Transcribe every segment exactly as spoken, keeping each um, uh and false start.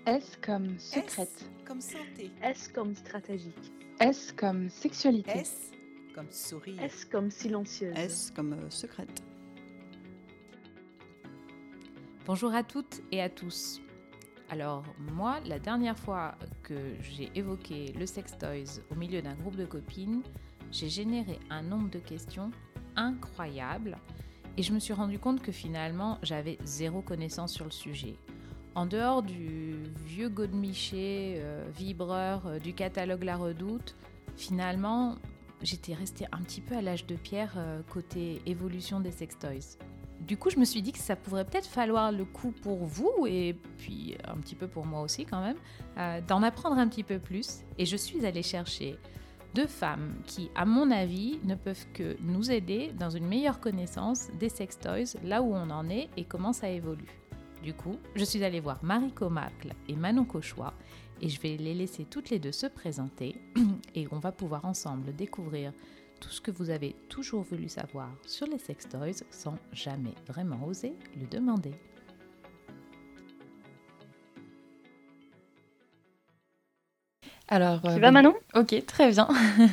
S comme S secrète. comme santé. S comme stratégique. S comme sexualité. S comme sourire. S comme silencieuse. S comme euh, secrète. Bonjour à toutes et à tous. Alors moi, la dernière fois que j'ai évoqué le sex toys au milieu d'un groupe de copines, j'ai généré un nombre de questions incroyables et je me suis rendu compte que finalement j'avais zéro connaissance sur le sujet. En dehors du vieux godemiché euh, vibreur euh, du catalogue La Redoute, finalement j'étais restée un petit peu à l'âge de pierre euh, côté évolution des sex toys. Du coup, je me suis dit que ça pourrait peut-être falloir le coup pour vous, et puis un petit peu pour moi aussi quand même, euh, d'en apprendre un petit peu plus. Et je suis allée chercher deux femmes qui, à mon avis, ne peuvent que nous aider dans une meilleure connaissance des sex toys, là où on en est et comment ça évolue. Du coup, je suis allée voir Marie Comacle et Manon Cauchois, et je vais les laisser toutes les deux se présenter, et on va pouvoir ensemble découvrir tout ce que vous avez toujours voulu savoir sur les sex toys sans jamais vraiment oser le demander. Alors, Tu euh, vas bon, Manon? Ok, très bien.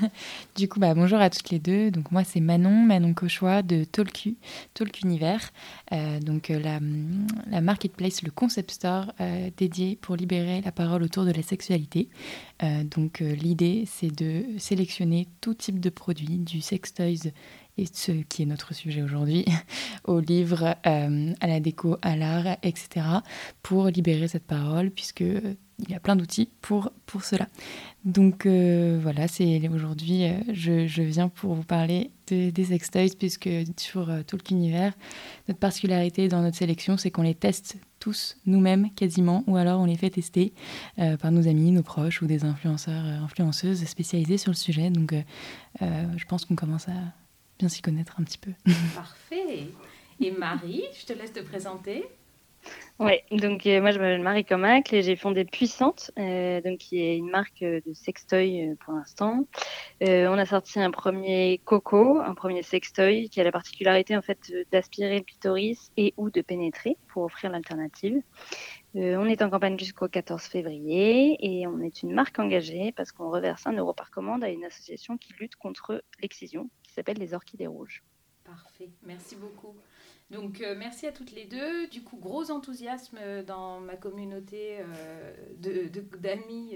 Du coup, bah, bonjour à toutes les deux. Donc moi, c'est Manon, Manon Cauchois de Talku, Talk Univers. Euh, donc euh, la, la marketplace, le concept store euh, dédié pour libérer la parole autour de la sexualité. Euh, donc euh, l'idée, c'est de sélectionner tout type de produits, du sex toys et ce qui est notre sujet aujourd'hui, aux livres, euh, à la déco, à l'art, et cetera, pour libérer cette parole, puisque euh, il y a plein d'outils pour, pour cela. Donc euh, voilà, c'est aujourd'hui, euh, je, je viens pour vous parler de, des sex toys, puisque sur euh, Talk Univers, notre particularité dans notre sélection, c'est qu'on les teste tous nous-mêmes quasiment, ou alors on les fait tester euh, par nos amis, nos proches ou des influenceurs, euh, influenceuses spécialisés sur le sujet. Donc euh, euh, je pense qu'on commence à bien s'y connaître un petit peu. Parfait. Et Marie, je te laisse te présenter. Ouais, donc euh, moi je m'appelle Marie Comacle et j'ai fondé Puissante, euh, donc qui est une marque euh, de sextoy euh, pour l'instant. Euh, on a sorti un premier Coco, un premier sextoy qui a la particularité en fait euh, d'aspirer le clitoris et ou de pénétrer pour offrir l'alternative. Euh, on est en campagne jusqu'au quatorze février et on est une marque engagée parce qu'on reverse un euro par commande à une association qui lutte contre l'excision qui s'appelle les Orchidées Rouges. Parfait, merci beaucoup. Donc euh, merci à toutes les deux. Du coup, gros enthousiasme dans ma communauté euh, de, de, d'amis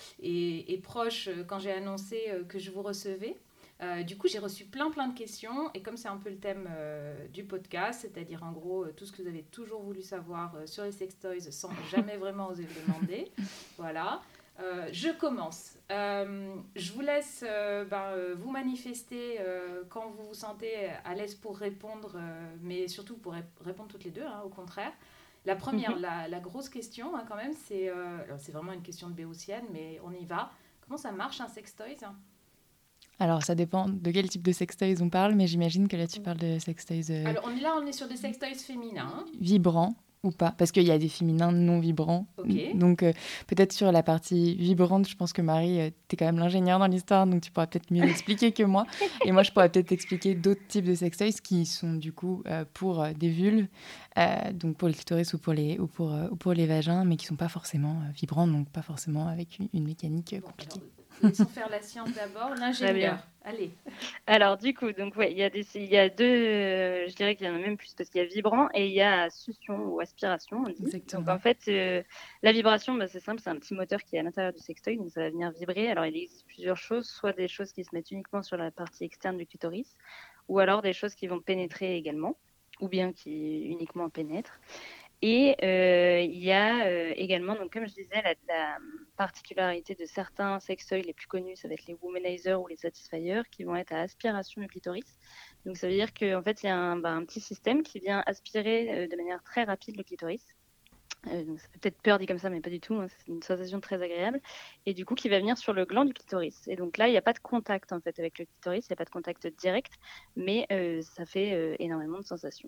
et, et proches euh, quand j'ai annoncé euh, que je vous recevais. Euh, du coup, j'ai reçu plein plein de questions et comme c'est un peu le thème euh, du podcast, c'est-à-dire en gros euh, tout ce que vous avez toujours voulu savoir euh, sur les sex toys sans jamais vraiment oser le demander. Voilà. Euh, je commence. Euh, je vous laisse euh, ben, euh, vous manifester euh, quand vous vous sentez à l'aise pour répondre, euh, mais surtout pour ré- répondre toutes les deux, hein, au contraire. La première, Mhm. la, la grosse question hein, quand même, c'est, euh, alors, c'est vraiment une question de béotienne, mais on y va. Comment ça marche un sex toys hein Alors ça dépend de quel type de sex toys on parle, mais j'imagine que là tu parles de sex toys euh, Alors on est là, on est sur des sex toys féminins. Hein. vibrants ou pas, parce qu'il y a des féminins non vibrants. Ok. Donc euh, peut-être sur la partie vibrante, je pense que Marie, euh, t'es quand même l'ingénieure dans l'histoire, donc tu pourras peut-être mieux expliquer que moi. Et moi, je pourrais peut-être expliquer d'autres types de sex toys qui sont du coup euh, pour euh, des vulves, euh, donc pour les clitoris ou pour les, ou pour, euh, ou pour les vagins, mais qui sont pas forcément euh, vibrants, donc pas forcément avec une, une mécanique euh, Bon, compliquée. alors, laissons faire la science d'abord. Très L'ingénieur. bien. Allez. Alors du coup, donc ouais, il y a des, il y a deux, euh, je dirais qu'il y en a même plus parce qu'il y a vibrant et il y a succion ou aspiration, on dit. Exactement. Donc en fait, euh, la vibration, bah, c'est simple, c'est un petit moteur qui est à l'intérieur du sextoy, donc ça va venir vibrer. Alors il existe plusieurs choses, soit des choses qui se mettent uniquement sur la partie externe du clitoris, ou alors des choses qui vont pénétrer également, ou bien qui uniquement pénètrent. Et euh, il y a euh, également, donc comme je disais, la, la particularité de certains sextoys les plus connus, ça va être les womanizers ou les satisfiers, qui vont être à aspiration du clitoris. Donc ça veut dire qu'en fait, il y a un, bah, un petit système qui vient aspirer euh, de manière très rapide le clitoris. Euh, donc ça fait peut-être peur dit comme ça, mais pas du tout. Hein, c'est une sensation très agréable. Et du coup, qui va venir sur le gland du clitoris. Et donc là, il n'y a pas de contact en fait avec le clitoris, il n'y a pas de contact direct, mais euh, ça fait euh, énormément de sensations.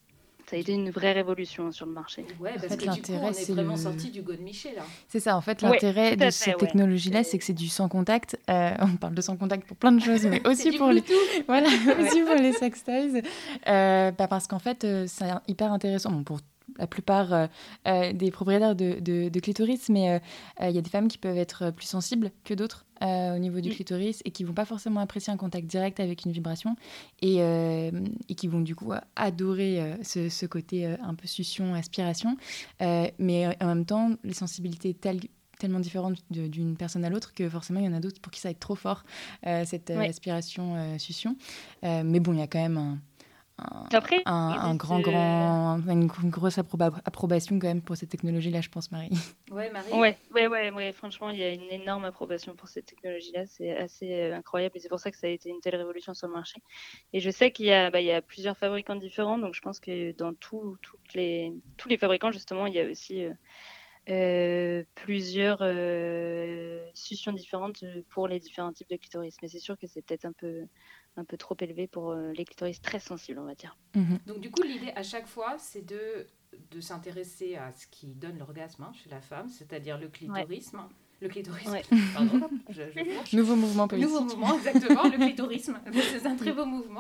Ça a été une vraie révolution sur le marché. Ouais, parce fait, que du coup, on l'intérêt, est c'est vraiment le- sorti du godemiché là. C'est ça, en fait, Ouais, l'intérêt tout à de fait, cette ouais. technologie-là, C'est- c'est que c'est du sans contact. Euh, on parle de sans contact pour plein de choses, mais C'est aussi du pour les, Bluetooth. voilà, aussi pour les sex toys. Euh, bah parce qu'en fait, euh, c'est hyper intéressant bon, pour la plupart euh, euh, des propriétaires de, de, de clitoris, mais il euh, euh, y a des femmes qui peuvent être plus sensibles que d'autres euh, au niveau du Mm. clitoris et qui vont pas forcément apprécier un contact direct avec une vibration et, euh, et qui vont du coup adorer euh, ce, ce côté euh, un peu succion, aspiration. Euh, mais en même temps, les sensibilités telles tellement différentes de- d'une personne à l'autre que forcément il y en a d'autres pour qui ça va être trop fort euh, cette euh, Ouais. aspiration euh, succion. Euh, mais bon, il y a quand même un, un, Après, un- un l'idée, grand c'est- grand une, une grosse approba- approbation quand même pour cette technologie là, je pense, Marie. Ouais, Marie. Ouais, ouais, ouais, ouais, franchement, il y a une énorme approbation pour cette technologie-là. C'est assez euh, incroyable et c'est pour ça que ça a été une telle révolution sur le marché. Et je sais qu'il y a, bah, il y a plusieurs fabricants différents, donc je pense que dans tout- toutes les, tous les fabricants, justement, il y a aussi euh, euh, plusieurs euh, solutions différentes euh, pour les différents types de clitoris. Mais c'est sûr que c'est peut-être un peu, un peu trop élevé pour euh, les clitoris très sensibles, on va dire. Mhm. Donc du coup, l'idée à chaque fois, c'est de, de s'intéresser à ce qui donne l'orgasme hein, chez la femme, c'est-à-dire le clitorisme. Le clitorisme, Ouais. pardon, je, je fourche. Nouveau mouvement politique. Nouveau mouvement, exactement, le clitorisme. C'est un très beau mouvement.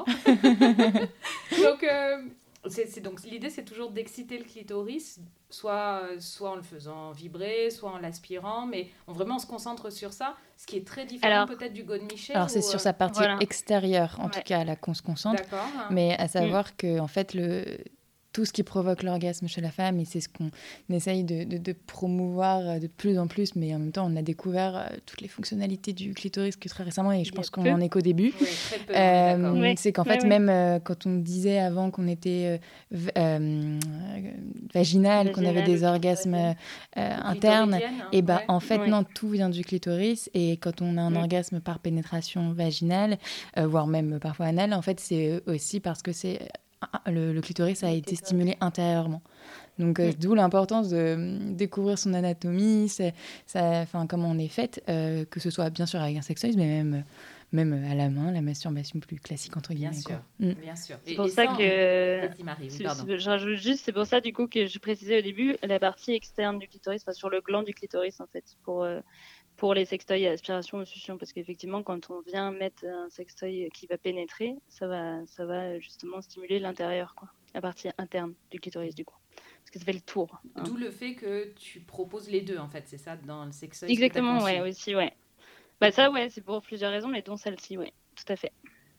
donc, euh, c'est, c'est, donc l'idée, c'est toujours d'exciter le clitoris, soit, soit en le faisant vibrer, soit en l'aspirant, mais on vraiment se concentre sur ça, ce qui est très différent Alors- peut-être du godemiché. Alors c'est ou, sur euh, sa partie voilà. extérieure, en Ouais. tout cas là qu'on se concentre. D'accord. Mais à savoir que en fait le tout ce qui provoque l'orgasme chez la femme, et c'est ce qu'on essaye de, de, de promouvoir de plus en plus, mais en même temps on a découvert euh, toutes les fonctionnalités du clitoris que très récemment, et je Il y pense a qu'on peu. en est qu'au début. Ouais, très peu, on est Euh, d'accord. Ouais. c'est qu'en Ouais, fait, ouais. même euh, quand on disait avant qu'on était euh, v- euh, vaginal, qu'on avait Vaginal des ou orgasmes euh, Ou internes, clitoridienne, hein, et ben ouais. en fait Ouais. non, tout vient du clitoris, et quand on a un Mm. orgasme par pénétration vaginale, euh, voire même parfois anale, en fait c'est aussi parce que c'est euh, le, le clitoris a Le été clitoris. stimulé intérieurement. Donc euh, Mm. d'où l'importance de euh, découvrir son anatomie, c'est, ça, enfin comment on est faite, euh, que ce soit bien sûr avec un sextoys, mais même même à la main, la masturbation plus classique entre Bien guillemets. sûr, quoi. Mm. bien sûr. C'est Et- pour et ça on- que. Vas-y Marie, oui, c'est- pardon. c'est- Je rajoute juste, c'est pour ça du coup que je précisais au début la partie externe du clitoris, enfin sur le gland du clitoris en fait, pour, euh, pour les sextoys à aspiration ou succion, parce qu'effectivement quand on vient mettre un sextoy qui va pénétrer, ça va, ça va justement stimuler l'intérieur, quoi, la partie interne du clitoris du coup, parce que ça fait le tour. hein. D'où le fait que tu proposes les deux, en fait, c'est ça, dans le sextoy. Exactement, ouais, aussi, ouais. Bah ça, ouais, c'est pour plusieurs raisons, mais dont celle-ci, ouais, tout à fait.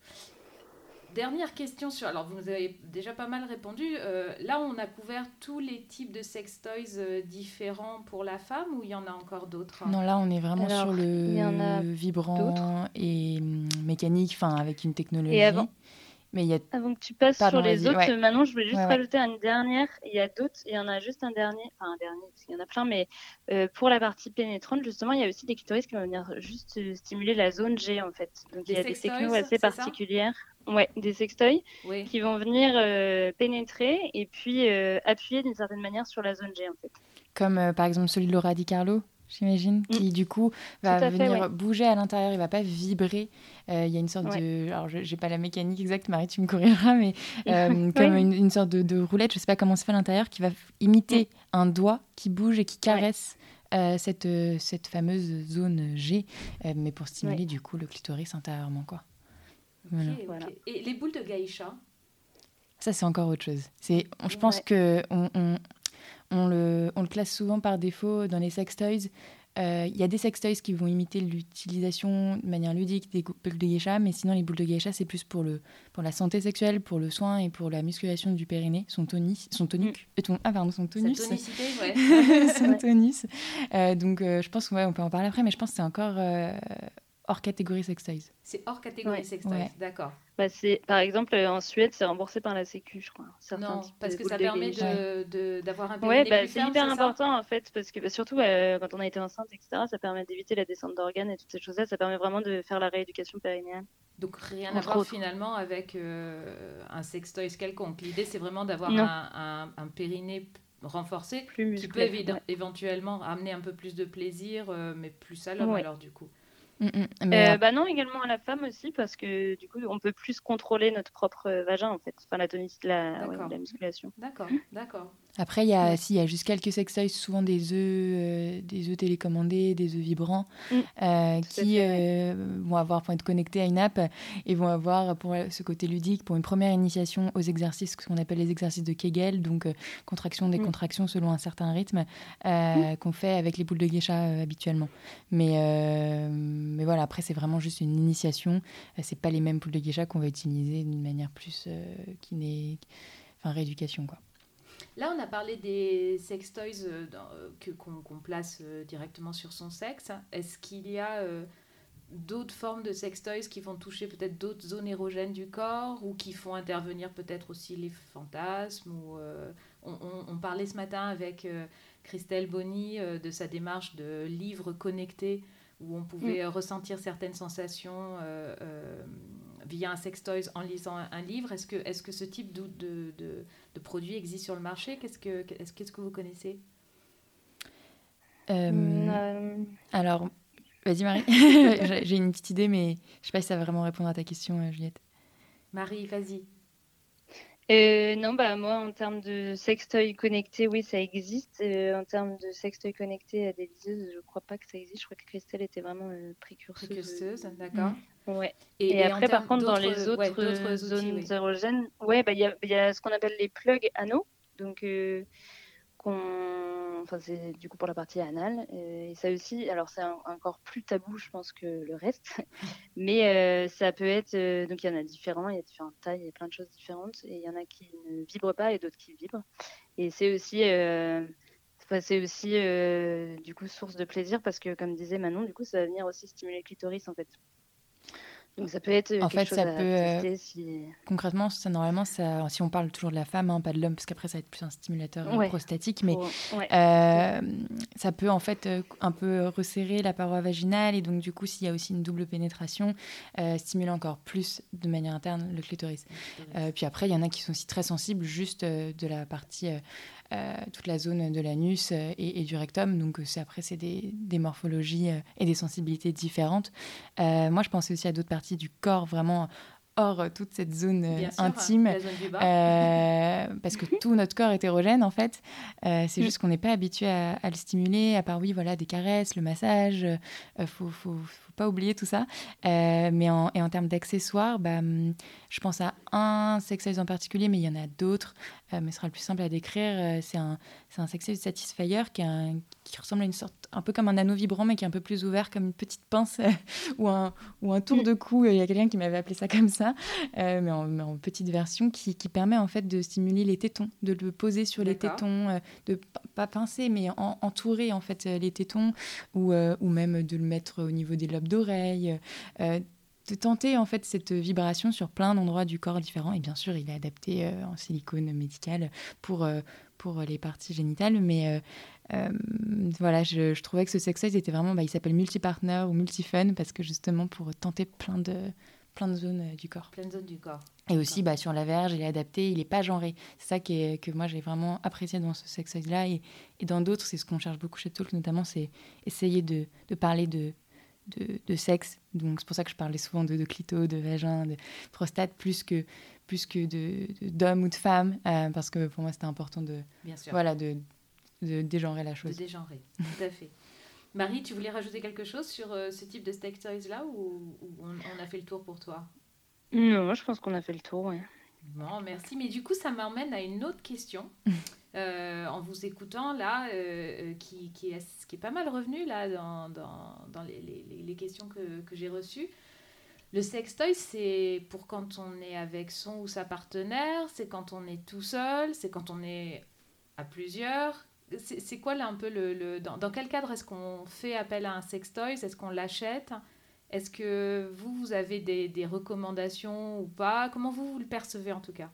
Dernière question sur... Alors, vous avez déjà pas mal répondu. Euh, là, on a couvert tous les types de sextoys euh, différents pour la femme ou il y en a encore d'autres? Non, là, on est vraiment Alors, sur il y en a le vibrant et hum, mécanique, enfin, avec une technologie. Et avant- Mais il y a... Avant que tu passes Pardon, sur les vas-y, autres, ouais. Manon, je voulais juste Ouais, ouais. rajouter une dernière. Il y a d'autres, il y en a juste un dernier, enfin un dernier, parce qu'il y en a plein, mais euh, pour la partie pénétrante, justement, il y a aussi des clitoris qui vont venir juste euh, stimuler la zone G, en fait. Donc Des il y a des sextoys, technos assez c'est ça particulières. Ouais, des sextoys Oui. qui vont venir euh, pénétrer et puis euh, appuyer d'une certaine manière sur la zone G, en fait. Comme euh, par exemple celui de Laura Di Carlo, j'imagine, qui du coup va Tout à fait, venir ouais. bouger à l'intérieur, il va pas vibrer. Euh, Il y a une sorte Ouais. de... Alors, je n'ai pas la mécanique exacte, Marie, tu me corrigeras, mais euh, Oui. comme une, une sorte de, de roulette, je sais pas comment c'est fait à l'intérieur, qui va f- imiter un doigt qui bouge et qui caresse euh, cette, euh, cette fameuse zone G, euh, mais pour stimuler Ouais. du coup le clitoris intérieurement, quoi. Ok, Voilà. ok. Voilà. Et les boules de geisha? Ça, c'est encore autre chose. C'est, on- je pense Ouais. que on, on, on le, on le classe souvent par défaut dans les sextoys. Euh, Il y a des sextoys qui vont imiter l'utilisation de manière ludique des boules de geisha, mais sinon les boules de geisha, c'est plus pour, le, pour la santé sexuelle, pour le soin et pour la musculation du périnée, son tonus, son tonique, euh, ton- ah pardon, son Cette tonus. tonicité, ouais. son Ouais. tonus. Euh, donc euh, je pense qu'on ouais, on peut en parler après, mais je pense que c'est encore euh, hors catégorie sextoys. C'est hors catégorie Ouais. sextoys, Ouais. d'accord. Bah, c'est, par exemple, euh, en Suède, c'est remboursé par la Sécu, je crois. certains Non, types parce de que boules ça de permet geisha. de, de, d'avoir un Ouais, périnée bah, plus c'est ferme, hyper c'est ça? important en fait, parce que bah, surtout euh, quand on a été enceinte, et cetera, ça permet d'éviter la descente d'organes et toutes ces choses-là. Ça permet vraiment de faire la rééducation périnéale. Donc rien à Entre voir autres. finalement avec euh, un sextoys quelconque. L'idée, c'est vraiment d'avoir Non. un, un, un périnée p- renforcé Plus qui peut musclé. évi- ouais. éventuellement amener un peu plus de plaisir, euh, mais plus à l'homme Ouais. alors du coup. Mm, mm. Mais Euh, euh, bah non, également à la femme aussi, parce que du coup, on peut plus contrôler notre propre euh, vagin en fait. Enfin, la tonicité, la, ouais, D'accord. la musculation. D'accord, d'accord. Après, il y a, Ouais. si, il y a juste quelques sextoys, souvent des œufs, euh, des œufs télécommandés, des œufs vibrants, Mm, euh, tout à qui fait, ouais. euh, vont avoir, vont être connectés à une app et vont avoir, pour ce côté ludique, pour une première initiation aux exercices, ce qu'on appelle les exercices de Kegel, donc euh, contraction, Mm, décontraction selon un certain rythme, mm. euh, qu'on fait avec les boules de geisha euh, habituellement. Mais, euh, mais voilà, après, c'est vraiment juste une initiation. Euh, c'est pas les mêmes boules de geisha qu'on va utiliser d'une manière plus euh, qui n'est, enfin, rééducation, quoi. Là, on a parlé des sextoys euh, dans- euh, que, qu'on, qu'on place euh, directement sur son sexe. Est-ce qu'il y a euh, d'autres formes de sextoys qui vont toucher peut-être d'autres zones érogènes du corps ou qui font intervenir peut-être aussi les fantasmes ou, euh, on, on- on parlait ce matin avec euh, Christelle Bonny euh, de sa démarche de livre connecté où on Mm. pouvait euh, ressentir certaines sensations euh, euh, via un sextoys en lisant un, un livre. Est-ce que, est-ce que ce type de, de, de, de produit existe sur le marché? Qu'est-ce que, qu'est-ce, qu'est-ce que vous connaissez? Euh, Mm, euh, alors, vas-y Marie, j'ai j'ai une petite idée, mais je sais pas si ça va vraiment répondre à ta question, euh, Juliette. Marie, vas-y. Euh, non, bah moi, en termes de sextoy connecté, oui, ça existe. Euh, en termes de sextoy connecté à des liseuses, je crois pas que ça existe. Je crois que Christelle était vraiment euh, précurseuse. Précurseuse, euh, d'accord. Ouais. Et, Et et en après, par termes contre, dans d'autres, les ouais, autres euh, d'autres outils, zones oui. érogènes, ouais, bah il y a, il y a ce qu'on appelle les plugs anneaux. Donc, euh, qu'on... enfin, c'est du coup pour la partie anale. Euh, et ça aussi, alors c'est un- encore plus tabou, je pense, que le reste. Mais euh, ça peut être. euh, donc, il y en a différents, il y a différentes tailles, il y a plein de choses différentes. Et il y en a qui ne vibrent pas et d'autres qui vibrent. Et c'est aussi. euh, enfin, c'est aussi euh, du coup source de plaisir parce que, comme disait Manon, du coup, ça va venir aussi stimuler le clitoris en fait. Donc, ça peut être euh, En quelque fait, chose ça à peut, euh, tester si. concrètement, ça, normalement, ça, si on parle toujours de la femme, hein, pas de l'homme, parce qu'après, ça va être plus un stimulateur euh, Ouais, prostatique, mais pour... ouais, tout à fait. euh, ça peut en fait euh, un peu resserrer la paroi vaginale, et donc du coup, s'il y a aussi une double pénétration, euh, stimuler encore plus de manière interne le clitoris. Euh, puis après, il y en a qui sont aussi très sensibles juste euh, de la partie, euh, euh, toute la zone de l'anus euh, et, et du rectum. Donc euh, c'est, après, c'est des, des morphologies euh, et des sensibilités différentes. Euh, moi, je pensais aussi à d'autres parties du corps, vraiment hors euh, toute cette zone euh, Bien sûr, intime, la zone du bas. euh, parce que tout notre corps est érogène en fait. Euh, c'est Mm. juste qu'on n'est pas habitué à, à le stimuler, à part oui, voilà, des caresses, le massage. Euh, faut, faut, faut pas oublier tout ça. Euh, mais en, et en termes d'accessoires, bah, hum, je pense à un sextoy en particulier, mais il y en a d'autres. Euh, mais ce sera le plus simple à décrire. Euh, c'est un, c'est un sextoy Satisfyer qui, est un- qui ressemble à une sorte, un peu comme un anneau vibrant, mais qui est un peu plus ouvert, comme une petite pince ou, un, ou un tour Mm. de cou. Il y a quelqu'un qui m'avait appelé ça comme ça, euh, mais, en, mais en petite version, qui, qui permet en fait de stimuler les tétons, de le poser sur les D'accord. tétons, euh, de p- pas pincer, mais en- entourer en fait euh, les tétons, ou, euh, ou même de le mettre au niveau des lobes d'oreille. euh, de tenter en fait cette vibration sur plein d'endroits du corps différents, et bien sûr il est adapté euh, en silicone médical pour, euh, pour les parties génitales, mais euh, euh, voilà, je, je trouvais que ce sextoy était vraiment, bah, il s'appelle multi-partner ou multi-fun, parce que justement pour tenter plein de, plein de zones euh, du corps. Pleine zone du corps. Et aussi bah, sur la verge, il est adapté, il n'est pas genré. C'est ça qui est, que moi j'ai vraiment apprécié dans ce sextoy-là, et, et dans d'autres, c'est ce qu'on cherche beaucoup chez Talk notamment, c'est essayer de, de parler de De, de sexe, donc c'est pour ça que je parlais souvent de, de clito, de vagin, de prostate, plus que, plus que de, de, d'homme ou de femme, euh, parce que pour moi c'était important de, Bien sûr. voilà, de, de dégenrer la De chose. dégenrer, tout à fait. Marie, tu voulais rajouter quelque chose sur euh, ce type de sextoys-là ou, ou on, on a fait le tour pour toi? Non, je pense qu'on a fait le tour, ouais. Bon, merci. Mais du coup, ça m'emmène à une autre question. Euh, en vous écoutant là, euh, qui, qui, est, qui est pas mal revenu là dans, dans, dans les, les, les questions que, que j'ai reçues. Le sextoy, c'est pour quand on est avec son ou sa partenaire, c'est quand on est tout seul, c'est quand on est à plusieurs. C'est, c'est quoi là un peu le... le dans, dans quel cadre est-ce qu'on fait appel à un sextoy? Est-ce qu'on l'achète? Est-ce que vous, vous avez des, des recommandations ou pas? Comment vous, vous le percevez en tout cas?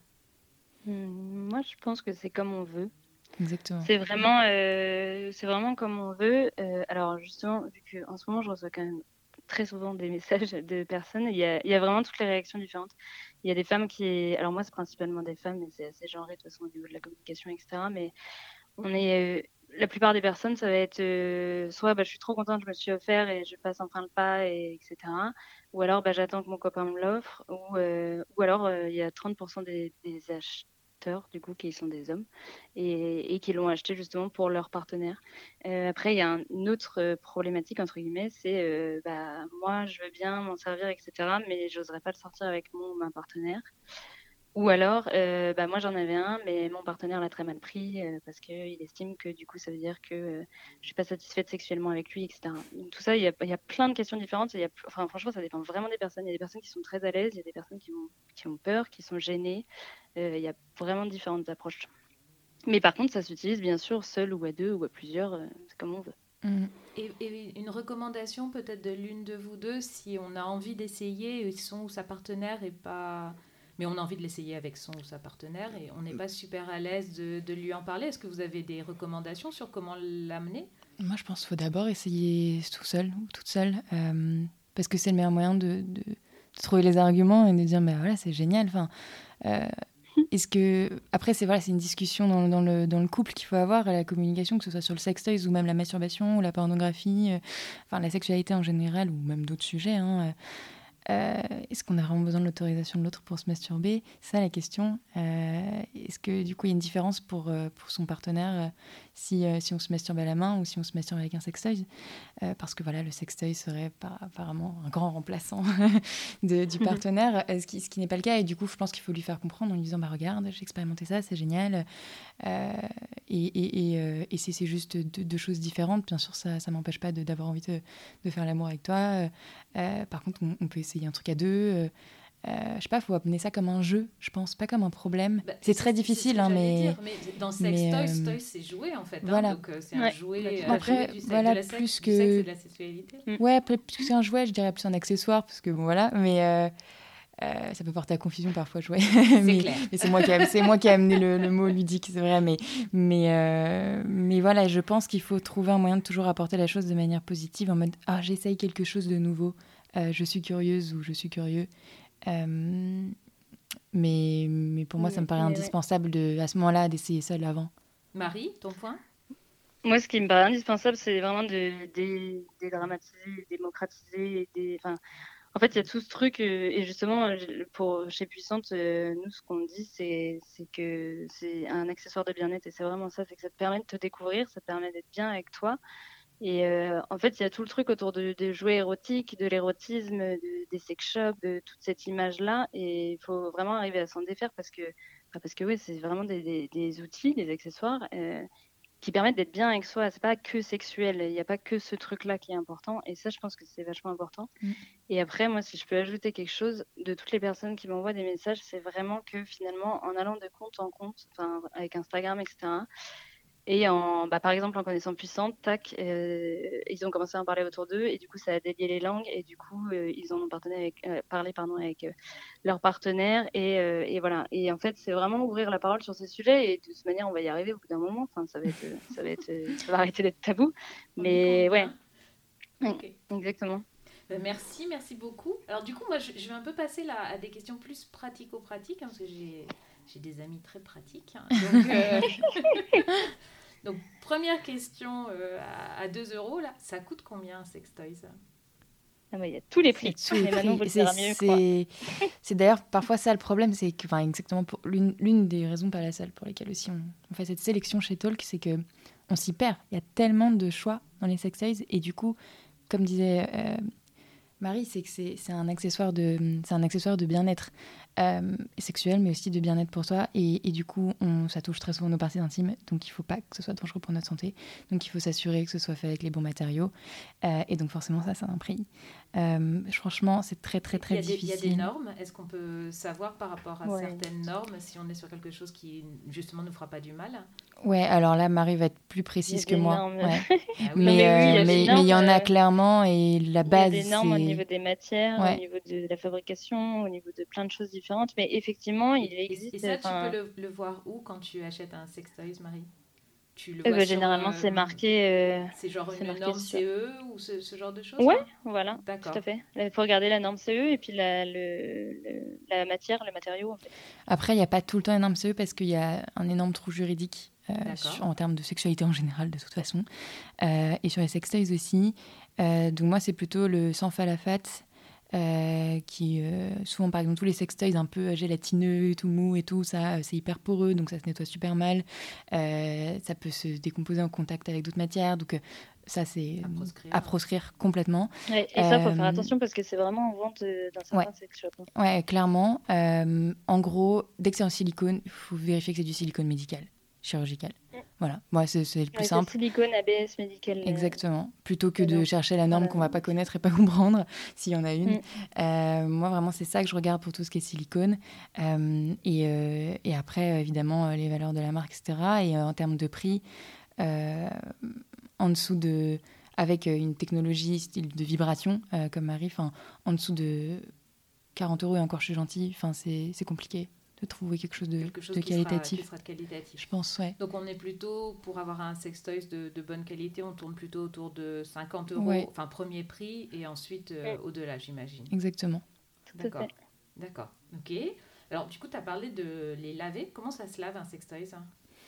Hum, Moi, je pense que c'est comme on veut. Exactement. C'est vraiment, euh, c'est vraiment comme on veut. Euh, alors justement, vu qu'en ce moment, je reçois quand même très souvent des messages de personnes, il y a, il y a vraiment toutes les réactions différentes. Il y a des femmes qui... Alors moi, c'est principalement des femmes, mais c'est assez genré de toute façon au niveau de la communication, et cetera. Mais on est... euh, la plupart des personnes, ça va être euh, soit bah, je suis trop contente, je me suis offert et je passe enfin le pas, et, etc. Ou alors bah, j'attends que mon copain me l'offre. Ou, euh, ou alors euh, il y a trente pour cent des, des acheteurs porteurs, du coup, qui sont des hommes, et, et qui l'ont acheté justement pour leur partenaire. Euh, après, il y a un- une autre euh, problématique, entre guillemets, c'est euh, bah, moi, je veux bien m'en servir, et cetera, mais j'oserais pas le sortir avec mon ou ma partenaire. Ou alors, euh, bah, moi j'en avais un, mais mon partenaire l'a très mal pris euh, parce qu'il estime que du coup ça veut dire que euh, je suis pas satisfaite sexuellement avec lui, et cetera. Donc tout ça, il y a, il y a plein de questions différentes. et il y a, enfin, franchement, ça dépend vraiment des personnes. Il y a des personnes qui sont très à l'aise, il y a des personnes qui ont, qui ont peur, qui sont gênées. Euh, il y a vraiment différentes approches. Mais par contre, ça s'utilise bien sûr seul ou à deux ou à plusieurs, euh, c'est comme on veut. Mm. Et, et une recommandation peut-être de l'une de vous deux, si on a envie d'essayer son ou sa partenaire et pas... Mais on a envie de l'essayer avec son ou sa partenaire et on n'est pas super à l'aise de, de lui en parler. Est-ce que vous avez des recommandations sur comment l'amener ? Moi, je pense qu'il faut d'abord essayer tout seul ou toute seule, euh, parce que c'est le meilleur moyen de, de, de trouver les arguments et de dire, bah voilà, c'est génial. Enfin, euh, est-ce que après, c'est voilà, c'est une discussion dans, dans le dans le couple qu'il faut avoir, la communication, que ce soit sur le sextoys ou même la masturbation ou la pornographie, euh, enfin la sexualité en général ou même d'autres sujets. Hein, euh, Euh, est-ce qu'on a vraiment besoin de l'autorisation de l'autre pour se masturber ? C'est ça la question. Euh, est-ce que du coup il y a une différence pour, euh, pour son partenaire euh, si, euh, si on se masturbe à la main ou si on se masturbe avec un sextoy ? euh, Parce que voilà, le sextoy serait par, apparemment un grand remplaçant de, du partenaire, euh, ce qui, ce qui n'est pas le cas. Et du coup, je pense qu'il faut lui faire comprendre en lui disant bah, regarde, j'ai expérimenté ça, c'est génial. Euh, et et, et, euh, et si c'est juste deux, deux choses différentes, bien sûr, ça ne m'empêche pas de, d'avoir envie de, de faire l'amour avec toi. Euh, par contre, on, on peut essayer un truc à deux. Euh, euh, je sais pas, faut amener ça comme un jeu, je pense, pas comme un problème. Bah, c'est c'est très c'est- difficile, c'est ce que hein, j'allais mais dire, mais dans Sex mais, Toys, euh, Toys c'est jouer en fait. hein, voilà. donc euh, c'est un Ouais, jouet, complètement. un Après, jouet du sexe, voilà, de la sexe, plus du sexe et que- de la sexualité. ouais, après, plus qu'un jouet, je dirais plus un accessoire, parce que bon, voilà, mais euh, euh, ça peut porter à confusion parfois, jouet. C'est mais, clair. mais c'est moi qui a, c'est moi qui ai amené le, le mot ludique, c'est vrai, mais mais euh, mais voilà, je pense qu'il faut trouver un moyen de toujours apporter la chose de manière positive, en mode ah j'essaye quelque chose de nouveau, euh, je suis curieuse ou je suis curieux. Euh, mais, mais pour moi, ça me paraît Mais- mais ouais. indispensable de, à ce moment-là d'essayer seul avant. Marie, ton point ? Moi, ce qui me paraît indispensable, c'est vraiment de dé- dédramatiser, démocratiser. Des... Enfin, en fait, il y a tout ce truc, euh, et justement, euh, pour, chez Puissante, euh, nous, ce qu'on dit, c'est c'est que c'est un accessoire de bien-être, et c'est vraiment ça, c'est que ça te permet de te découvrir, ça te permet d'être bien avec toi. Et euh, en fait, il y a tout le truc autour de- des jouets érotiques, de l'érotisme, de- des sex shops, de toute cette image-là, et il faut vraiment arriver à s'en défaire parce que, enfin, parce que oui, c'est vraiment des, des- des outils, des accessoires. euh, qui permettent d'être bien avec soi. C'est pas que sexuel. Il n'y a pas que ce truc-là qui est important. Et ça, je pense que c'est vachement important. Mm. Et après, moi, si je peux ajouter quelque chose, de toutes les personnes qui m'envoient des messages, c'est vraiment que finalement, en allant de compte en compte, enfin, avec Instagram, et cetera, et en, bah, par exemple, en connaissant Puissante, tac, euh, ils ont commencé à en parler autour d'eux, et du coup, ça a délié les langues, et du coup, euh, ils en ont partenaire avec, euh, parlé pardon, avec euh, leurs partenaires, et, euh, et voilà. Et en fait, c'est vraiment ouvrir la parole sur ces sujets, et de toute manière, on va y arriver au bout d'un moment. Enfin, ça va être, euh, ça va être, euh, ça va arrêter d'être tabou. On y Mais ouais, convient. Ok. exactement. Ben, merci, merci beaucoup. Alors du coup, moi, je, je vais un peu passer là à des questions plus pratico-pratiques, hein, parce que j'ai, j'ai des amis très pratiques. hein. Donc, euh, donc, première question euh, à, à deux euros, là, ça coûte combien un sextoy ça ? Ah bah, il y a tous les prix. C'est tous les Mais Manon vous prix. le C'est, dira mieux, quoi. c'est, c'est d'ailleurs parfois ça le problème, c'est que, enfin, exactement pour l'une, l'une des raisons, pas la seule, pour lesquelles aussi on, on fait cette sélection chez Talk, c'est que on s'y perd. Il y a tellement de choix dans les sextoys, et du coup, comme disait euh, Marie, c'est que c'est, c'est un accessoire de, c'est un accessoire de bien-être euh, sexuel, mais aussi de bien-être pour soi. Et, et du coup, on, ça touche très souvent nos parties intimes, donc il ne faut pas que ce soit dangereux pour notre santé. Donc il faut s'assurer que ce soit fait avec les bons matériaux. Euh, et donc forcément, ça, ça a un prix. Euh, franchement, c'est très, très, très il y a des, difficile. Il y a des normes. Est-ce qu'on peut savoir par rapport à Ouais. certaines normes si on est sur quelque chose qui, justement, ne nous fera pas du mal ? Ouais, alors là, Marie va être plus Il y précise a que des moi. normes. Ouais. Ah oui. Mais mais oui, il y a euh, des mais mais il y en normes, a euh, clairement, et la Il y a base, des normes au c'est... niveau des matières, Ouais. au niveau de la fabrication, au niveau de plein de choses différentes. Mais effectivement, il Et, existe. et ça, tu enfin, peux le, le voir où quand tu achètes un sextoys, Marie ? Tu le euh, vois bah, sur, généralement, euh, c'est marqué. euh, C'est genre c'est une marqué norme sur- C E ou ce, ce genre de choses Ouais, hein voilà, D'accord. tout à fait. Il faut regarder la norme C E et puis la, le, le- la matière, le matériau, en fait. Après, il n'y a pas tout le temps un énorme C E parce qu'il y a un énorme trou juridique euh, D'accord. sur- en termes de sexualité en général, de toute façon. Euh, et sur les sextoys aussi. Euh, donc moi, c'est plutôt le sans phalafate euh, qui euh, souvent par exemple tous les sextoys un peu gélatineux, tout mou et tout, ça c'est hyper poreux, donc ça se nettoie super mal. Euh, ça peut se décomposer en contact avec d'autres matières, donc euh, ça c'est À proscrire. à proscrire complètement. Ouais, et ça, il faut Euh, faire attention parce que c'est vraiment en vente euh, dans certains Ouais. sex shops. Ouais, clairement. Euh, en gros, dès que c'est en silicone, il faut vérifier que c'est du silicone médical, chirurgical. Mm. Voilà, moi c'est, c'est le plus Ouais, c'est simple. silicone, A B S médical. euh, Exactement. Plutôt que très de bien. chercher la norme Voilà. qu'on va pas connaître et pas comprendre, s'il y en a une. Mm. Euh, moi, vraiment, c'est ça que je regarde pour tout ce qui est silicone. Euh, et, euh, et après, euh, évidemment, euh, les valeurs de la marque, et cetera. Et euh, en termes de prix, euh, en dessous de... avec euh, une technologie style de vibration, euh, comme Marie, enfin, en dessous de quarante euros, et encore, je suis gentille, enfin, c'est, c'est compliqué de trouver quelque chose de, Quelque chose de qui sera, qualitatif. qui sera qualitatif. Je pense, ouais. Donc on est plutôt, pour avoir un sextoys de, de bonne qualité, on tourne plutôt autour de cinquante euros, Ouais. enfin premier prix, et ensuite euh, au-delà, j'imagine. Exactement. Tout à D'accord. fait. D'accord. Ok. Alors du coup, tu as parlé de les laver. Comment ça se lave un sextoys hein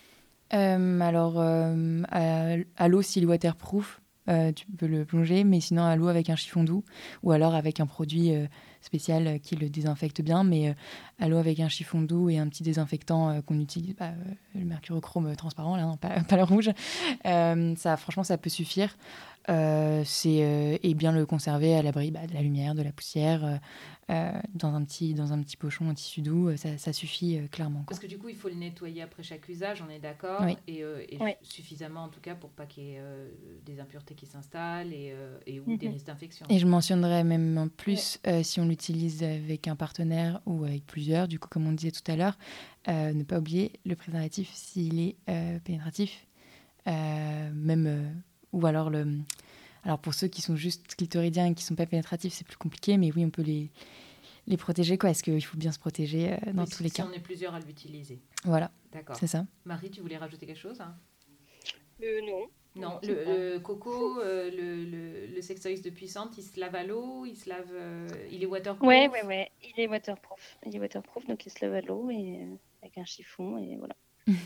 Euh, alors, euh, à, à l'eau, s'il est waterproof, euh, tu peux le plonger, mais sinon à l'eau avec un chiffon doux, ou alors avec un produit euh, spécial euh, qui le désinfecte bien, mais euh, à l'eau avec un chiffon doux et un petit désinfectant euh, qu'on utilise, bah, euh, le mercurochrome transparent, là, non, pas, pas le rouge, euh, ça, franchement, ça peut suffire. Euh, c'est, euh, et bien le conserver à l'abri bah, de la lumière, de la poussière, euh, euh, dans, un petit, dans un petit pochon en tissu doux, euh, ça, ça suffit euh, clairement. Quoi. Parce que du coup, il faut le nettoyer après chaque usage, on est d'accord, Oui. et, euh, et Oui. suffisamment en tout cas pour pas qu'il y ait euh, des impuretés qui s'installent et, euh, et ou Mhm. des risques d'infection. Et je mentionnerais même en plus, euh, si on l'utilise avec un partenaire ou avec plusieurs, du coup, comme on disait tout à l'heure, euh, ne pas oublier le préservatif s'il est euh, pénétratif, euh, même, euh, ou alors le... Alors pour ceux qui sont juste clitoridiens et qui ne sont pas pénétratifs, c'est plus compliqué, mais oui, on peut les, les protéger, quoi. Est-ce qu'il faut bien se protéger euh, dans Oui, tous si, les si cas. on est plusieurs à l'utiliser. Voilà, D'accord. c'est ça. Marie, tu voulais rajouter quelque chose hein Euh, non. Non, Non, le, c'est pas- le coco, euh, le, le, le sextoys de puissante, il se lave à l'eau, il se lave, euh, il est waterproof. Ouais, ouais, ouais. Il est waterproof. Il est waterproof, donc il se lave à l'eau et euh, avec un chiffon et voilà.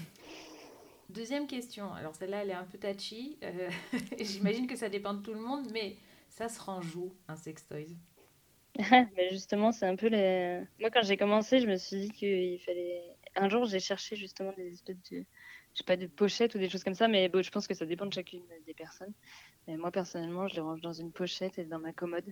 Deuxième question, alors celle-là elle est un peu touchy, euh, j'imagine que ça dépend de tout le monde, mais ça se range où un sextoys? Mais justement, c'est un peu les... Moi, quand j'ai commencé, je me suis dit qu'il fallait... Un jour, j'ai cherché justement des espèces de... Je sais pas, de pochettes ou des choses comme ça, mais bon, je pense que ça dépend de chacune des personnes. Mais moi, personnellement, je les range dans une pochette et dans ma commode.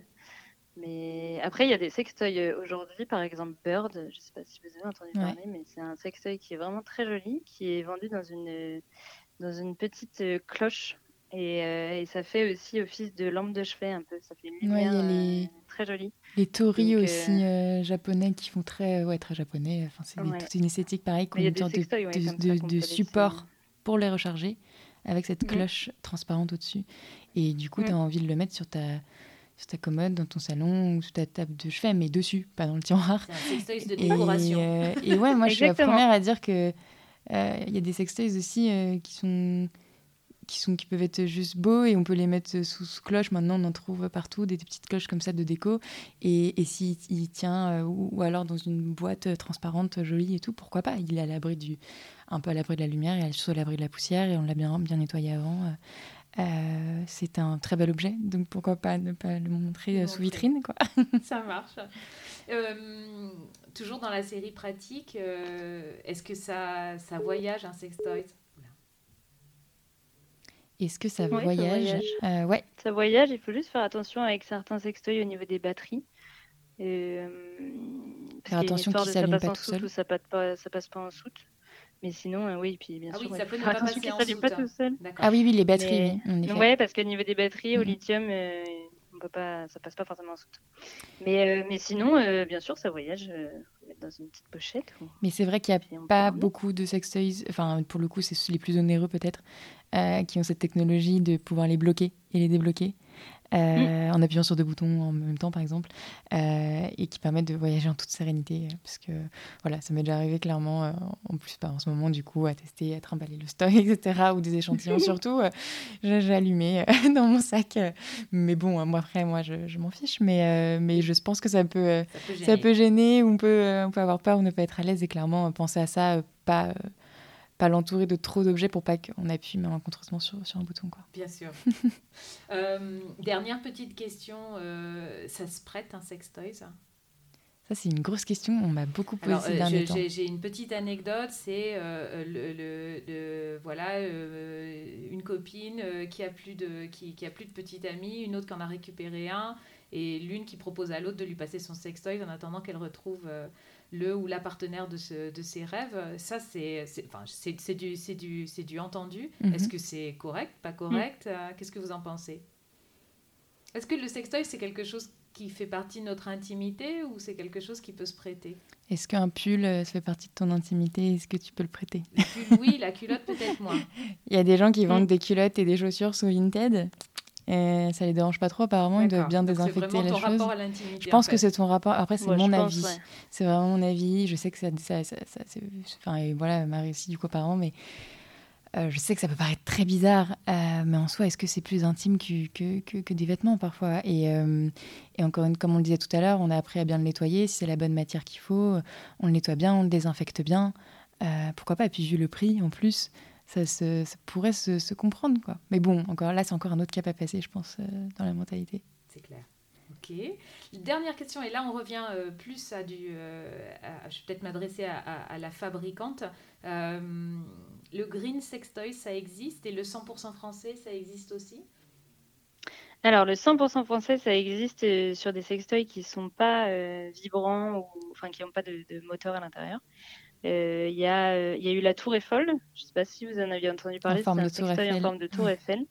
Mais après, il y a des sextoys euh, aujourd'hui, par exemple Bird, je sais pas si vous avez entendu Ouais. parler, mais c'est un sextoy qui est vraiment très joli, qui est vendu dans une, dans une petite euh, cloche. Et, euh, et ça fait aussi office de lampe de chevet un peu, ça fait une Ouais, il y lumière a les- euh, très jolie. Les torii Donc, euh, aussi euh, japonais qui font très, ouais, très japonais. Enfin, c'est des- Ouais. toute une esthétique pareille, qui Mais il y ont a une des sorte de, sextoys, ouais, de, comme de- ça qu'on de peut support laisser. pour les recharger, avec cette Mhm. cloche transparente au-dessus. Et du coup, Mhm. tu as envie de le mettre sur ta, sur ta commode, dans ton salon ou sur ta table de chevet, mais dessus, pas dans le tiroir. C'est un sextoys de Et, décoration. euh, et ouais, moi, je suis la Exactement. première à dire que euh, il y a des sextoys aussi euh, qui sont qui sont qui peuvent être juste beaux et on peut les mettre sous, sous cloche. Maintenant, on en trouve partout des, des petites cloches comme ça de déco. Et, et s'il il tient euh, ou, ou alors dans une boîte euh, transparente jolie et tout, pourquoi pas? Il est à l'abri du un peu à l'abri de la lumière et surtout à l'abri de la poussière et on l'a bien bien nettoyé avant. Euh, euh, c'est un très bel objet, donc pourquoi pas ne pas le montrer Le euh, sous montrer. vitrine, quoi. Ça marche. Euh, toujours dans la série pratique, euh, est-ce que ça, ça voyage un sextoys? Oula. Est-ce que ça Oui, ça voyage? voyage. Euh, ouais, Ça voyage, il faut juste faire attention avec certains sextoys au niveau des batteries. Euh, parce Faire qu'il y a une attention histoire qu'il de ça s'allume passe pas en tout soute seul. ou ça passe pas, ça passe pas en soute. Mais sinon, euh, oui, puis bien Ah sûr, oui, ouais, ça faut peut ne faire pas attention passer qu'il en s'allume soute. pas tout seul. D'accord. Ah oui, oui, les batteries, Mais- oui, en effet. Ouais, parce qu'au niveau des batteries, au Mhm. lithium, euh, on peut pas, ça passe pas forcément en soute. Mais, euh, mais sinon, euh, bien sûr, ça voyage. Euh, faut mettre dans une petite pochette. ou- Mais c'est vrai qu'il n'y Puis a on pas peut en beaucoup de sextoys, enfin pour le coup c'est les plus onéreux peut-être, euh, qui ont cette technologie de pouvoir les bloquer et les débloquer euh, en appuyant sur deux boutons en même temps par exemple, euh, et qui permettent de voyager en toute sérénité, euh, parce que voilà, ça m'est déjà arrivé clairement, euh, en plus bah, en ce moment du coup à tester, à trimballer le stock, et cetera, ou des échantillons surtout, euh, j'ai j'ai allumé euh, dans mon sac, euh, mais bon, euh, moi après moi je, je m'en fiche, mais, euh, mais je pense que ça peut... euh, Ça peut gêner. ça peut gêner, ou on peut, euh, on peut avoir peur ou ne pas être à l'aise, et clairement, euh, penser à ça, euh, pas, euh, pas l'entourer de trop d'objets pour pas qu'on appuie malencontreusement sur, sur un bouton, quoi. Bien sûr. euh, dernière petite question, euh, ça se prête un sextoy, ça ? Ça, c'est une grosse question, on m'a beaucoup posé Alors, ces euh, derniers je, temps. j'ai, j'ai une petite anecdote, c'est euh, le, le, le, voilà, euh, une copine euh, qui a plus de, qui, qui a plus de petite amie, une autre qui en a récupéré un, et l'une qui propose à l'autre de lui passer son sextoy en attendant qu'elle retrouve euh, le ou la partenaire de, ce, de ses rêves. Ça, c'est, c'est, enfin, c'est, c'est, du, c'est, du, c'est du entendu. Mm-hmm. Est-ce que c'est correct, pas correct ? mm. Qu'est-ce que vous en pensez ? Est-ce que le sextoy, c'est quelque chose qui fait partie de notre intimité ou c'est quelque chose qui peut se prêter ? Est-ce qu'un pull, euh, ça fait partie de ton intimité ? Est-ce que tu peux le prêter ? Le pull, oui, la culotte, peut-être moins. Il y a des gens qui vendent Mm. des culottes et des chaussures sous Vinted. Et ça les dérange pas trop, apparemment. D'accord. Ils doivent bien Donc désinfecter c'est vraiment la ton chose. Rapport à l'intimité, je pense en fait. que c'est ton rapport. Après, c'est ouais, mon pense, avis. Ouais. C'est vraiment mon avis. Je sais que ça, ça, ça, ça c'est... Enfin, et voilà, Marie aussi, du coup, apparemment, mais Euh, je sais que ça peut paraître très bizarre, euh, mais en soi, est-ce que c'est plus intime que, que, que, que des vêtements parfois ? Et, euh, et encore une, comme on le disait tout à l'heure, on a appris à bien le nettoyer. Si c'est la bonne matière qu'il faut, on le nettoie bien, on le désinfecte bien. Euh, pourquoi pas ? Et puis vu le prix, en plus, ça, se, ça pourrait se, se comprendre, quoi. Mais bon, encore là, c'est encore un autre cap à passer, je pense, euh, dans la mentalité. C'est clair. Ok. Dernière question, et là on revient euh, plus à du... Euh, à, je vais peut-être m'adresser à, à, à la fabricante. Euh, le green sextoy, ça existe, et le cent pour cent français, ça existe aussi ? Alors, le cent pour cent français, ça existe euh, sur des sextoys qui ne sont pas euh, vibrants, ou enfin qui n'ont pas de, de moteur à l'intérieur. Il euh, y, euh, y a eu la Tour Eiffel, je ne sais pas si vous en aviez entendu parler, c'est un sextoy Eiffel. en forme de Tour Eiffel.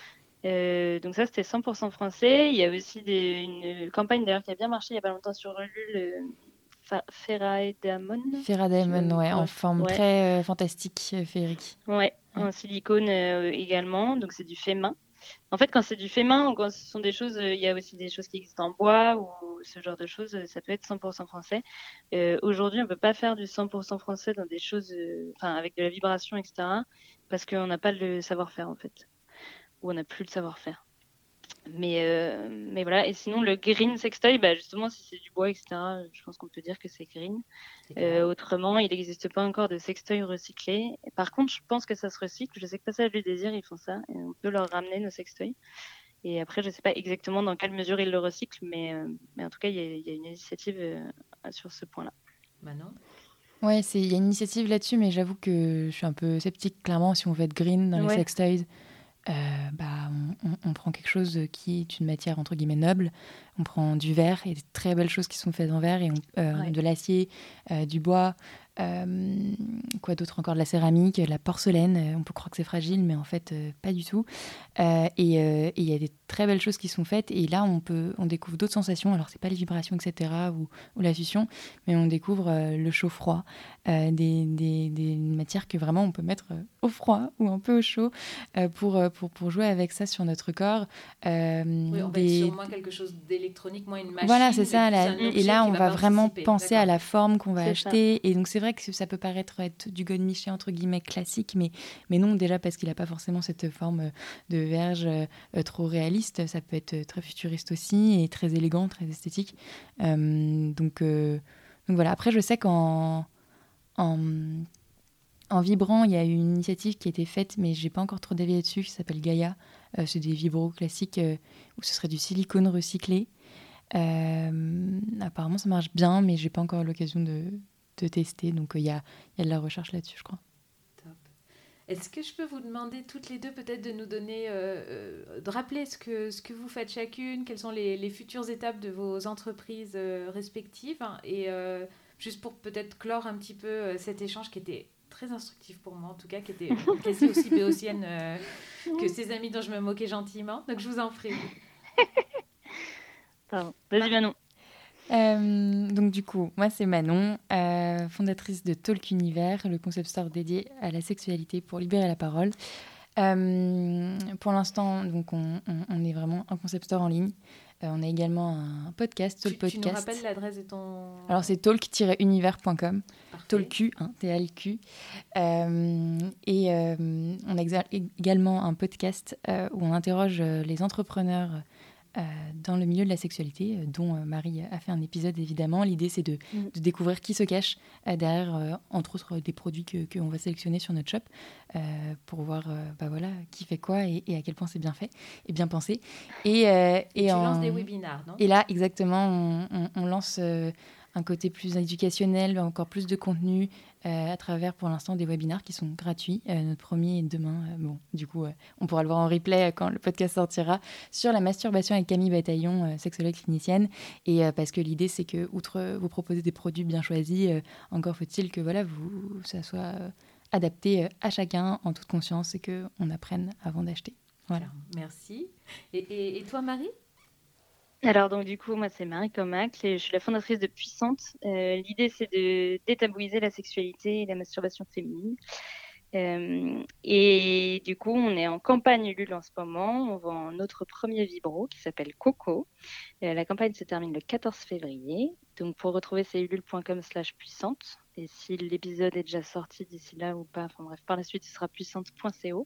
Euh, donc ça, c'était cent pour cent français. Il y a aussi des, une campagne d'ailleurs qui a bien marché il n'y a pas longtemps sur Ulule, euh, Fa- Ferraedamon. Ferraedamon, ouais, en forme ouais. très euh, fantastique, euh, féerique. Ouais, ouais, en silicone euh, également. Donc c'est du fait main. En fait, quand c'est du fait main ou quand ce sont des choses, il euh, y a aussi des choses qui existent en bois ou ce genre de choses, ça peut être cent pour cent français. Euh, aujourd'hui, on ne peut pas faire du cent pour cent français dans des choses, enfin euh, avec de la vibration, et cetera. Parce qu'on n'a pas le savoir-faire en fait. Où on n'a plus le savoir-faire. Mais, euh, mais voilà, et sinon le green sextoy, bah justement si c'est du bois, et cetera, je pense qu'on peut dire que c'est green. Euh, autrement, il n'existe pas encore de sextoy recyclé. Par contre, je pense que ça se recycle. Je sais que Passage du Désir, ils font ça. Et on peut leur ramener nos sextoys. Et après, je ne sais pas exactement dans quelle mesure ils le recyclent, mais, euh, mais en tout cas, il y, y a une initiative euh, sur ce point-là. Manon ? Ouais, il y a une initiative là-dessus, mais j'avoue que je suis un peu sceptique, clairement, si on veut être green dans ouais. les sextoys. Euh, bah, on, on, on prend quelque chose qui est une matière entre guillemets noble, on prend du verre et des très belles choses qui sont faites en verre, et on, euh, ouais. de l'acier, euh, du bois, euh, quoi d'autre encore, de la céramique, de la porcelaine. On peut croire que c'est fragile, mais en fait euh, pas du tout. Euh, et il y a des très belles choses qui sont faites, et là on peut, on découvre d'autres sensations. Alors c'est pas les vibrations, et cetera, ou, ou la succion, mais on découvre euh, le chaud-froid, euh, des, des, des matières que vraiment on peut mettre au froid ou un peu au chaud euh, pour Pour, pour jouer avec ça sur notre corps. Euh, oui, on des... va être sur moins quelque chose d'électronique, moins une machine. Voilà, c'est ça. La... Et là, on va, va vraiment penser D'accord. à la forme qu'on va c'est acheter. Ça. Et donc, c'est vrai que ça peut paraître être du godemiché, entre guillemets, classique, mais, mais non, déjà parce qu'il n'a pas forcément cette forme de verge euh, trop réaliste. Ça peut être très futuriste aussi, et très élégant, très esthétique. Euh, donc, euh, donc voilà. Après, je sais qu'en... En... En vibrant, il y a eu une initiative qui a été faite, mais je n'ai pas encore trop dévié dessus, qui s'appelle Gaïa. Euh, c'est des vibros classiques euh, où ce serait du silicone recyclé. Euh, apparemment, ça marche bien, mais je n'ai pas encore eu l'occasion de, de tester. Donc, il euh, y, a, y a de la recherche là-dessus, je crois. Top. Est-ce que je peux vous demander toutes les deux peut-être de nous donner, euh, euh, de rappeler ce que, ce que vous faites chacune, quelles sont les, les futures étapes de vos entreprises euh, respectives, hein, et euh, juste pour peut-être clore un petit peu euh, cet échange qui était très instructif pour moi, en tout cas, qui était quasi aussi béotienne euh, que ces amis dont je me moquais gentiment. Donc, je vous en prie. Pardon. Vas-y, Manon. Euh, donc, du coup, moi, c'est Manon, euh, fondatrice de Talk Univers, le concept store dédié à la sexualité pour libérer la parole. Euh, pour l'instant, donc, on, on, on est vraiment un concept store en ligne. Euh, on a également un podcast, Talk tu, Podcast. Tu nous rappelles l'adresse de ton... Alors, c'est talk tiret univers point com. Talq, hein, T A L Q. Euh, et euh, on a exa- également un podcast euh, où on interroge les entrepreneurs euh, dans le milieu de la sexualité, euh, dont euh, Marie a fait un épisode évidemment. L'idée, c'est de, Mm. de découvrir qui se cache euh, derrière, euh, entre autres, des produits que qu'on va sélectionner sur notre shop euh, pour voir euh, bah voilà, qui fait quoi et, et à quel point c'est bien fait et bien pensé. Et, euh, et, tu en... lances des webinars, non? Et là, exactement, on, on, on lance euh, un côté plus éducationnel, encore plus de contenu euh, à travers, pour l'instant, des webinars qui sont gratuits. Euh, notre premier est demain. Euh, bon, du coup, euh, on pourra le voir en replay euh, quand le podcast sortira, sur la masturbation avec Camille Bataillon, euh, sexologue clinicienne. Et euh, parce que l'idée, c'est que, outre euh, vous proposer des produits bien choisis, euh, encore faut-il que voilà, vous, ça soit euh, adapté euh, à chacun en toute conscience et qu'on apprenne avant d'acheter. Voilà. Merci. Et, et, et toi, Marie? Alors donc du coup, moi c'est Marie Comacle et je suis la fondatrice de Puissante. Euh, l'idée c'est de détabouiser la sexualité et la masturbation féminine. Euh, et du coup, on est en campagne Ulule en ce moment. On vend notre premier vibro qui s'appelle Coco. Euh, la campagne se termine le quatorze février. Donc pour retrouver, c'est ulule point com slash puissante. Et si l'épisode est déjà sorti d'ici là ou pas, enfin bref, par la suite, ce sera puissante point co.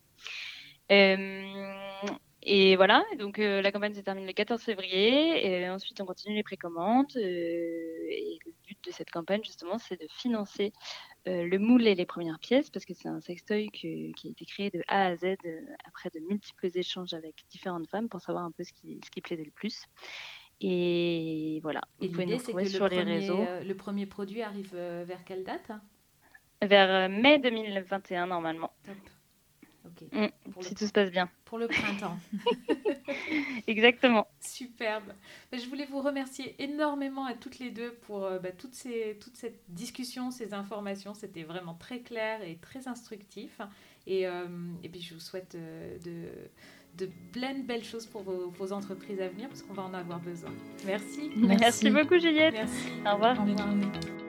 Euh, et voilà, donc euh, la campagne se termine le quatorze février, et ensuite on continue les précommandes. Euh, et le but de cette campagne, justement, c'est de financer euh, le moule et les premières pièces, parce que c'est un sextoy que, qui a été créé de A à Z euh, après de multiples échanges avec différentes femmes pour savoir un peu ce qui, ce qui plaisait le plus. Et voilà, Et vous pouvez nous l'idée, c'est que retrouver le sur les premier, réseaux euh, le premier produit arrive euh, vers quelle date? vers euh, mai deux mille vingt et un normalement. Top. Ok. Mm, Pour si le, tout se passe bien. pour le printemps. Exactement. Superbe. Ben, je voulais vous remercier énormément à toutes les deux pour euh, bah, toutes ces, toute cette discussion, ces informations. C'était vraiment très clair et très instructif. Et, euh, et puis je vous souhaite euh, de, de plein de belles choses pour vos, vos entreprises à venir parce qu'on va en avoir besoin. Merci. Merci, Merci. beaucoup Juliette. Merci. Au revoir. Bonne journée.